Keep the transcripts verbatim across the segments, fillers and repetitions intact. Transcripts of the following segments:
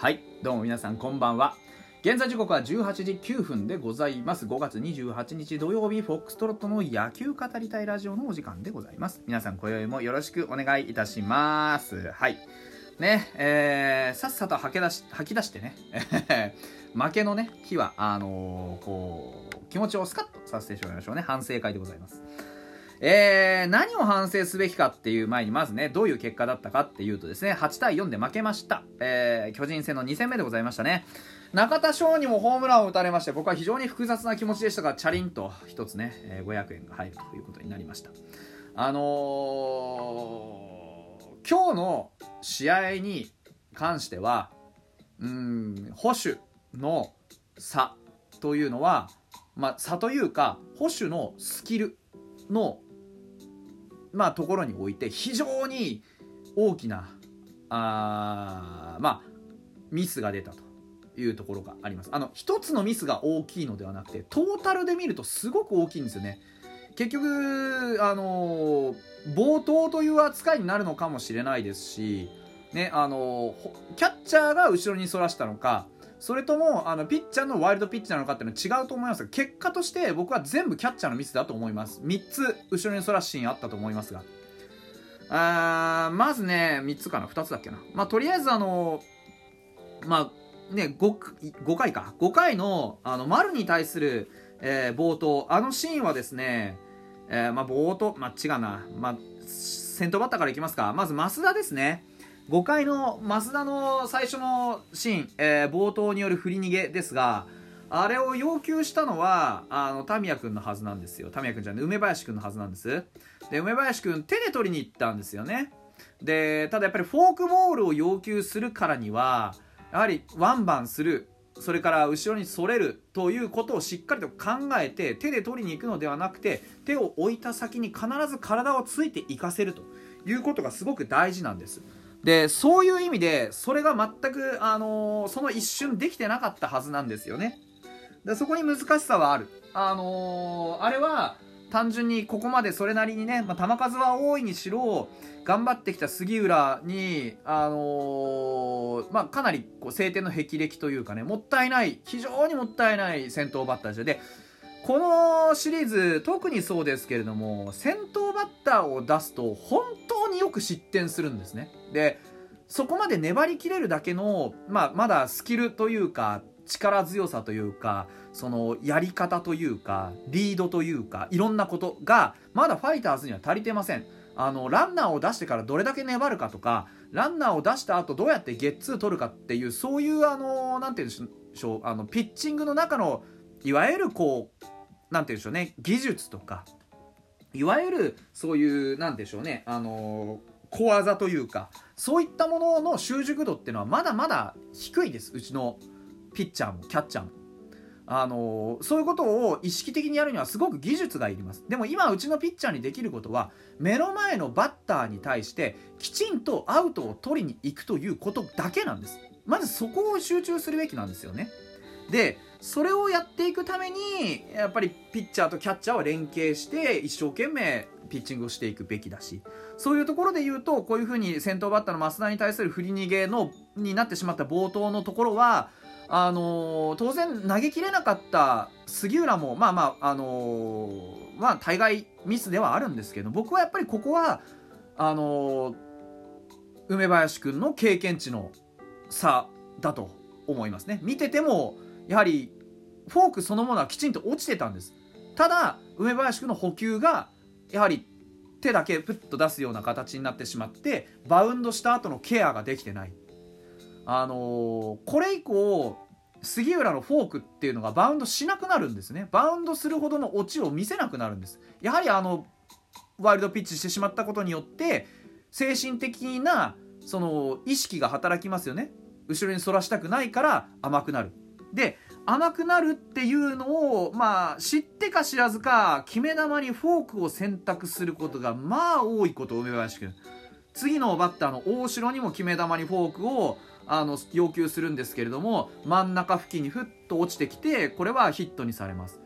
はい、どうも皆さんこんばんは。現在時刻はじゅうはちじきゅうふんでございます。ごがつにじゅうはちにち土曜日、フォックストロットの野球語りたいラジオのお時間でございます。皆さん今宵もよろしくお願いいたします。はいね、えー、さっさと吐き出し吐き出してね負けのね日はあのー、こう気持ちをスカッとさせてしまいましょうね。反省会でございます。えー、何を反省すべきかっていう前にまずね、どういう結果だったかっていうとですね、はちたいよんで負けました。えー、巨人戦のに戦目でございましたね。中田翔にもホームランを打たれまして、僕は非常に複雑な気持ちでしたが、チャリンと一つね、えー、ごひゃくえんが入るということになりました。あのー、今日の試合に関しては、うーん、保守の差というのは、まあ、差というか、保守のスキルのまあ、ところにおいて非常に大きなあ、まあ、ミスが出たというところがあります。あの一つのミスが大きいのではなくてトータルで見るとすごく大きいんですよね。結局、あのー、暴投という扱いになるのかもしれないですし、ね、あのー、キャッチャーが後ろにそらしたのか、それともあのピッチャーのワイルドピッチなのかっていうのは違うと思いますが、結果として僕は全部キャッチャーのミスだと思います。みっつ後ろにそらすシーンあったと思いますが、あまずねみっつかなふたつだっけな、まあ、とりあえずあのまあね 5, ごかいかごかいのあの丸に対する、えー、冒頭、あのシーンはですね、えー、まあ冒頭まあ違うな、まあ先頭バッターからいきますか。まず増田ですね。ごかいの増田の最初のシーン、えー、冒頭による振り逃げですが、あれを要求したのはあのタミヤ君のはずなんですよ。タミヤ君じゃない、梅林君のはずなんです。で梅林君手で取りに行ったんですよね。でただやっぱりフォークボールを要求するからにはやはりワンバンする、それから後ろにそれるということをしっかりと考えて手で取りに行くのではなくて、手を置いた先に必ず体をついていかせるということがすごく大事なんです。でそういう意味でそれが全く、あのー、その一瞬できてなかったはずなんですよね。でそこに難しさはある。あのー、あれは単純にここまでそれなりにね、まあ、球数は多いにしろ頑張ってきた杉浦に、あのーまあ、かなりこう晴天の霹靂というかね、もったいない、非常にもったいない先頭バッターでした。でこのシリーズ特にそうですけれども、先頭バッターを出すと本当によく失点するんですね。でそこまで粘りきれるだけの、まあ、まだスキルというか力強さというか、そのやり方というかリードというか、いろんなことがまだファイターズには足りてません。あのランナーを出してからどれだけ粘るかとか、ランナーを出した後どうやってゲッツー取るかっていう、そういうあのなんていうんでしょう、あのピッチングの中のいわゆるこうなんていうんでしょうね、技術とか、いわゆるそういうなんでしょうね、あの小技というか、そういったものの習熟度っていうのはまだまだ低いです。うちのピッチャーもキャッチャーも、あのそういうことを意識的にやるにはすごく技術がいります。でも今うちのピッチャーにできることは、目の前のバッターに対してきちんとアウトを取りに行くということだけなんです。まずそこを集中するべきなんですよね。でそれをやっていくためにやっぱりピッチャーとキャッチャーは連携して一生懸命ピッチングをしていくべきだし、そういうところで言うとこういうふうに先頭バッターの増田に対する振り逃げのになってしまった冒頭のところは、あのー、当然投げきれなかった杉浦もまあまああのー、まあ大概ミスではあるんですけど、僕はやっぱりここはあのー、梅林君の経験値の差だと思いますね。見ててもやはりフォークそのものはきちんと落ちてたんです。ただ梅林君の捕球がやはり手だけプッと出すような形になってしまって、バウンドした後のケアができてない。あのー、これ以降杉浦のフォークっていうのがバウンドしなくなるんですね。バウンドするほどの落ちを見せなくなるんです。やはりあのワイルドピッチしてしまったことによって精神的なその意識が働きますよね。後ろに反らしたくないから甘くなる。で甘くなるっていうのをまあ知ってか知らずか決め球にフォークを選択することがまあ多いこと、梅林君。次のバッターの大城にも決め球にフォークをあの要求するんですけれども、真ん中付近にふっと落ちてきてこれはヒットにされます。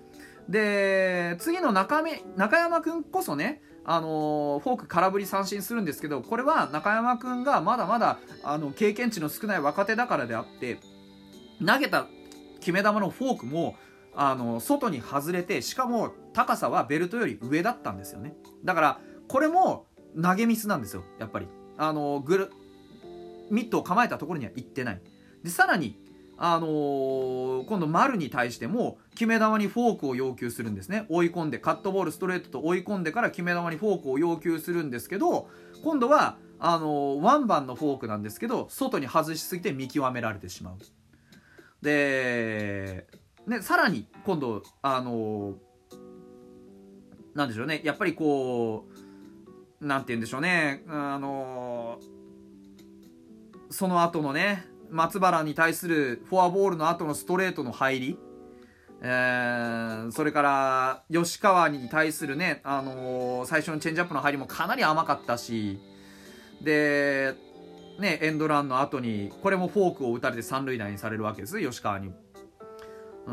で次の 中, 目中山くんこそね、あのー、フォーク空振り三振するんですけど、これは中山くんがまだまだあの経験値の少ない若手だからであって、投げた決め球のフォークもあの外に外れて、しかも高さはベルトより上だったんですよね。だからこれも投げミスなんですよ、やっぱり。あのグルミットを構えたところには行ってない。でさらに、あのー、今度丸に対しても決め球にフォークを要求するんですね。追い込んでカットボールストレートと追い込んでから決め球にフォークを要求するんですけど、今度はあのー、ワンバンのフォークなんですけど、外に外しすぎて見極められてしまう。で、ね、さらに今度あのー、なんでしょうね、やっぱりこうなんて言うんでしょうね、あのー、その後のね、松原に対するフォアボールの後のストレートの入り、えー、それから吉川に対するね、あのー、最初のチェンジアップの入りもかなり甘かったし、でね、エンドランの後にこれもフォークを打たれて三塁打にされるわけです、吉川に。うん、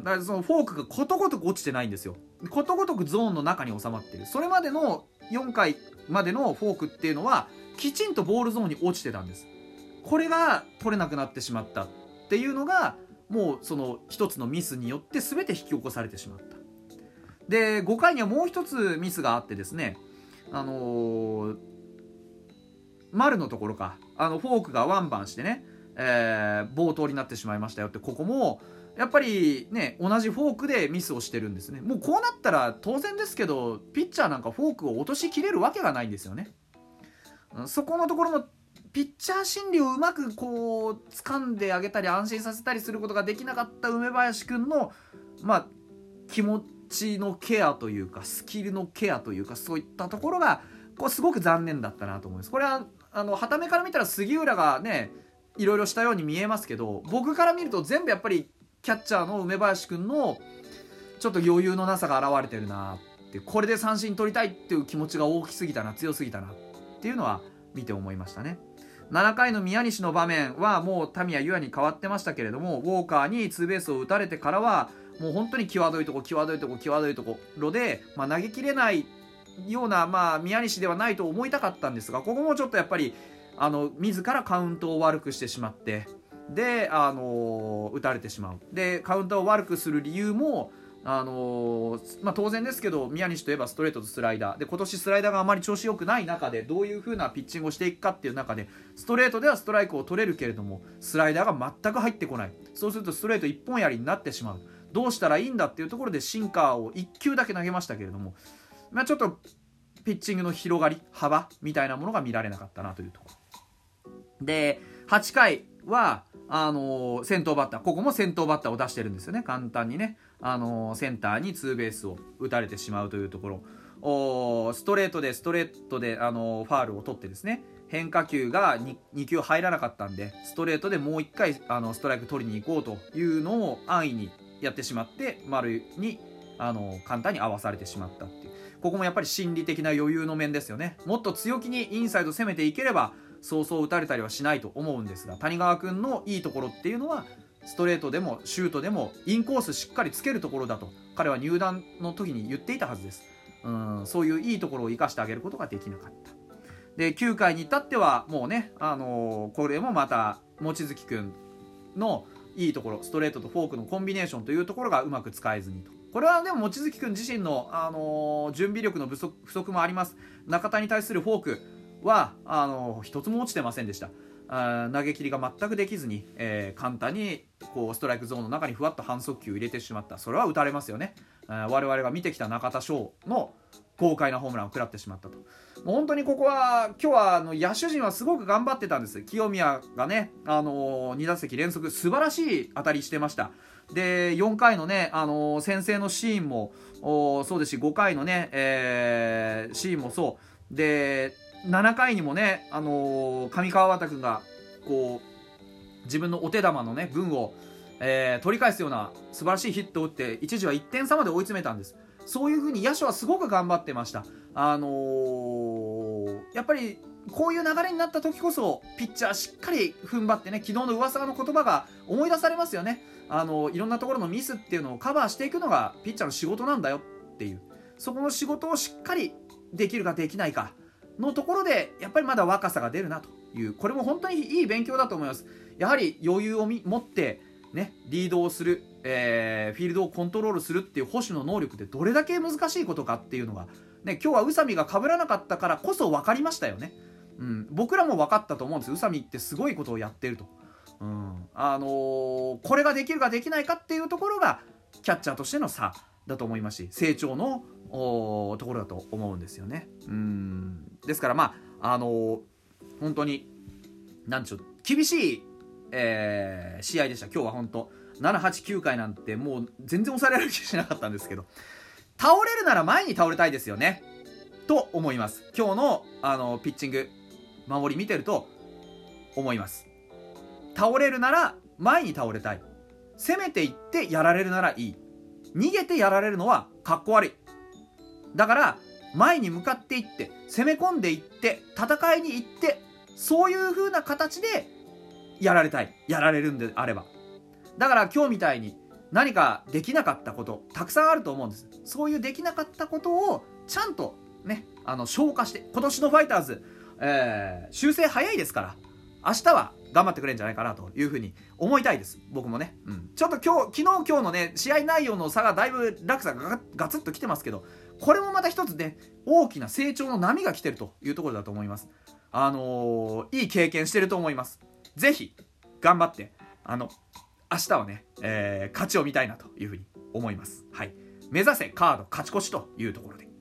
だからそのフォークがことごとく落ちてないんですよ。ことごとくゾーンの中に収まっている。それまでのよんかいまでのフォークっていうのはきちんとボールゾーンに落ちてたんです。これが取れなくなってしまったっていうのが、もうその一つのミスによって全て引き起こされてしまった。でごかいにはもう一つミスがあってですね、あのー、丸のところか、あのフォークがワンバンしてね、えー、暴投になってしまいましたよって、ここもやっぱりね、同じフォークでミスをしてるんですね。もうこうなったら当然ですけど、ピッチャーなんかフォークを落としきれるわけがないんですよね。そこのところのピッチャー心理をうまくこう掴んであげたり安心させたりすることができなかった梅林くんの、まあ、気持ちのケアというかスキルのケアというか、そういったところがこうすごく残念だったなと思います。これはあの傍目から見たら杉浦がねいろいろしたように見えますけど、僕から見ると全部やっぱりキャッチャーの梅林くんのちょっと余裕のなさが現れてるなって、これで三振取りたいっていう気持ちが大きすぎたな、強すぎたなっていうのは見て思いましたね。ななかいの宮西の場面はもうタミヤユアに変わってましたけれども、ウォーカーにツーベースを打たれてからはもう本当に際どいとこ際どいとこ際どいところで、まあ、投げきれないような、まあ、宮西ではないと思いたかったんですが、ここもちょっとやっぱりあの自らカウントを悪くしてしまって、で、あのー、打たれてしまう。でカウントを悪くする理由もあのーまあ、当然ですけど、宮西といえばストレートとスライダーで、今年スライダーがあまり調子良くない中でどういう風なピッチングをしていくかっていう中で、ストレートではストライクを取れるけれどもスライダーが全く入ってこない。そうするとストレート一本やりになってしまう。どうしたらいいんだっていうところでシンカーをいっきゅうだけ投げましたけれども、まあ、ちょっとピッチングの広がり幅みたいなものが見られなかったなというところで、はちかいはあのー、先頭バッター、ここも先頭バッターを出してるんですよね。簡単にね、あのー、センターにツーベースを打たれてしまうというところ、おストレートでストレートで、あのー、ファールを取ってですね、変化球が 2, にきゅう入らなかったんで、ストレートでもういっかいあのストライク取りに行こうというのを安易にやってしまって、丸にあのー、簡単に合わされてしまったっていう、ここもやっぱり心理的な余裕の面ですよね。もっと強気にインサイド攻めていければそうそう打たれたりはしないと思うんですが、谷川君のいいところっていうのはストレートでもシュートでもインコースしっかりつけるところだと彼は入団の時に言っていたはずです。うん、そういういいところを生かしてあげることができなかった。できゅうかいに至ってはもうね、あのー、これもまた望月君のいいところ、ストレートとフォークのコンビネーションというところがうまく使えずにと。これはでも望月君自身の、あのー、準備力の不足、不足もあります。中田に対するフォークはあの一つも落ちてませんでした。あ投げ切りが全くできずに、えー、簡単にこうストライクゾーンの中にふわっと反則球を入れてしまった。それは打たれますよね。我々が見てきた中田翔の豪快なホームランを食らってしまったと。もう本当にここは今日はあの野手陣はすごく頑張ってたんです。清宮がね、あのー、に打席連続素晴らしい当たりしてました。でよんかいのね、あのー、先制のシーンもそうですし、ごかいのね、えー、シーンもそうで、ななかいにもね、あのー、上川畑君がこう自分のお手玉のね分を、えー、取り返すような素晴らしいヒットを打って一時はいってん差まで追い詰めたんです。そういう風に野手はすごく頑張ってました。あのー、やっぱりこういう流れになった時こそピッチャーしっかり踏ん張ってね、昨日の噂の言葉が思い出されますよね。あのいろんなところのミスっていうのをカバーしていくのがピッチャーの仕事なんだよっていう、そこの仕事をしっかりできるかできないかのところでやっぱりまだ若さが出るなという、これも本当にいい勉強だと思います。やはり余裕を持ってね、リードをする、えー、フィールドをコントロールするっていう捕手の能力ってどれだけ難しいことかっていうのが、ね、今日は宇佐美が被らなかったからこそ分かりましたよね。うん、僕らも分かったと思うんです。宇佐美ってすごいことをやってると、うん、あのー、これができるかできないかっていうところがキャッチャーとしての差だと思いますし、成長のところだと思うんですよね。うん、ですからまああのー、本当になんでしょう、厳しい、えー、試合でした。今日は本当なな、はち、きゅうかいなんてもう全然抑えられる気しなかったんですけど、倒れるなら前に倒れたいですよねと思います。今日の、あのピッチング守り見てると思います。倒れるなら前に倒れたい、攻めていってやられるならいい、逃げてやられるのはかっこ悪い。だから前に向かっていって攻め込んでいって戦いに行って、そういう風な形でやられたい、やられるんであれば。だから今日みたいに何かできなかったことたくさんあると思うんです。そういうできなかったことをちゃんとね、あの消化して、今年のファイターズ、えー、修正早いですから明日は頑張ってくれるんじゃないかなというふうに思いたいです。僕もね、うん、ちょっと今日昨日今日のね試合内容の差がだいぶ落差が ガ, ガツッときてますけど、これもまた一つね大きな成長の波が来てるというところだと思います。あのー、いい経験してると思います。ぜひ頑張ってあの明日はね、えー、勝ちを見たいなというふうに思います。はい、目指せカード勝ち越しというところで。